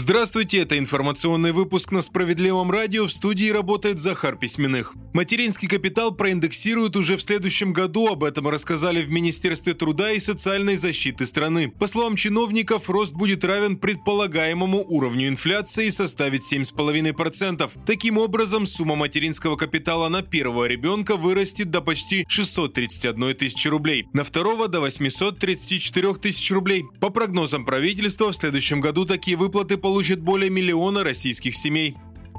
Здравствуйте, это информационный выпуск на Справедливом радио. В студии работает Захар Письменных. Материнский капитал проиндексируют уже в следующем году. Об этом рассказали в Министерстве труда и социальной защиты страны. По словам чиновников, рост будет равен предполагаемому уровню инфляции и составит 7,5%. Таким образом, сумма материнского капитала на первого ребенка вырастет до почти 631 тысячи рублей, на второго до 834 тысяч рублей. По прогнозам правительства, в следующем году такие выплаты получат более миллиона российских семей.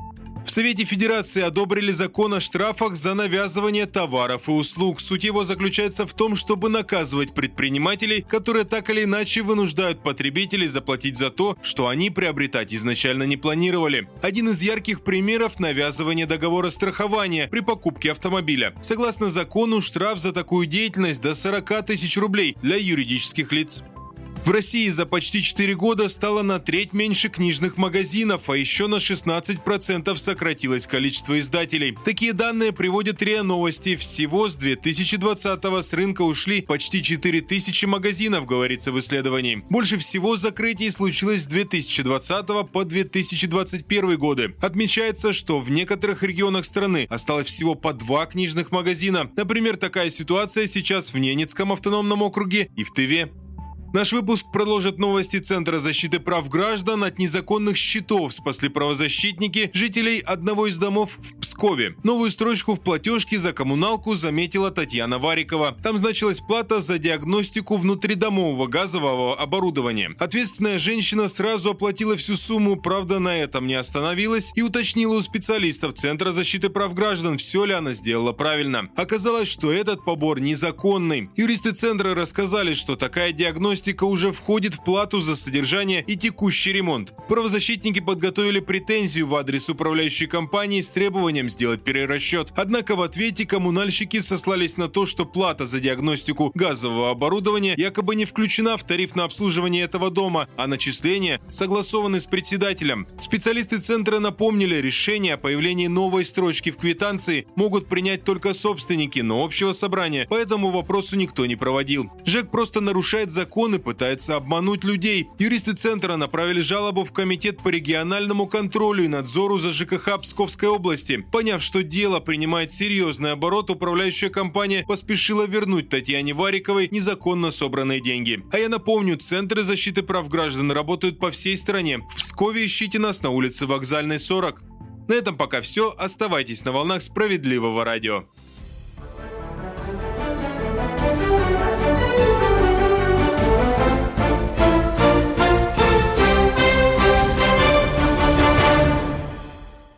В Совете Федерации одобрили закон о штрафах за навязывание товаров и услуг. Суть его заключается в том, чтобы наказывать предпринимателей, которые так или иначе вынуждают потребителей заплатить за то, что они приобретать изначально не планировали. Один из ярких примеров – навязывание договора страхования при покупке автомобиля. Согласно закону, штраф за такую деятельность до 40 тысяч рублей для юридических лиц. В России за почти 4 года стало на треть меньше книжных магазинов, а еще на 16% сократилось количество издателей. Такие данные приводят РИА Новости. Всего с 2020-го с рынка ушли почти 4000 магазинов, говорится в исследовании. Больше всего закрытий случилось с 2020 по 2021 годы. Отмечается, что в некоторых регионах страны осталось всего по 2 книжных магазина. Например, такая ситуация сейчас в Ненецком автономном округе и в Тыве. Наш выпуск продолжит новости Центра защиты прав граждан. От незаконных счетов спасли правозащитники жителей одного из домов в Пскове. Новую строчку в платежке за коммуналку заметила Татьяна Варикова. Там значилась плата за диагностику внутридомового газового оборудования. Ответственная женщина сразу оплатила всю сумму, правда, на этом не остановилась и уточнила у специалистов Центра защиты прав граждан, все ли она сделала правильно. Оказалось, что этот побор незаконный. Юристы Центра рассказали, что такая диагностика уже входит в плату за содержание и текущий ремонт. Правозащитники подготовили претензию в адрес управляющей компании с требованием сделать перерасчет. Однако в ответе коммунальщики сослались на то, что плата за диагностику газового оборудования якобы не включена в тариф на обслуживание этого дома, а начисления согласованы с председателем. Специалисты Центра напомнили, решение о появлении новой строчки в квитанции могут принять только собственники, но общего собрания по этому вопросу никто не проводил. ЖЭК просто нарушает закон и пытается обмануть людей. Юристы Центра направили жалобу в Комитет по региональному контролю и надзору за ЖКХ Псковской области. Поняв, что дело принимает серьезный оборот, управляющая компания поспешила вернуть Татьяне Вариковой незаконно собранные деньги. А я напомню, Центры защиты прав граждан работают по всей стране. В Пскове ищите нас на улице Вокзальной, 40. На этом пока все. Оставайтесь на волнах Справедливого радио.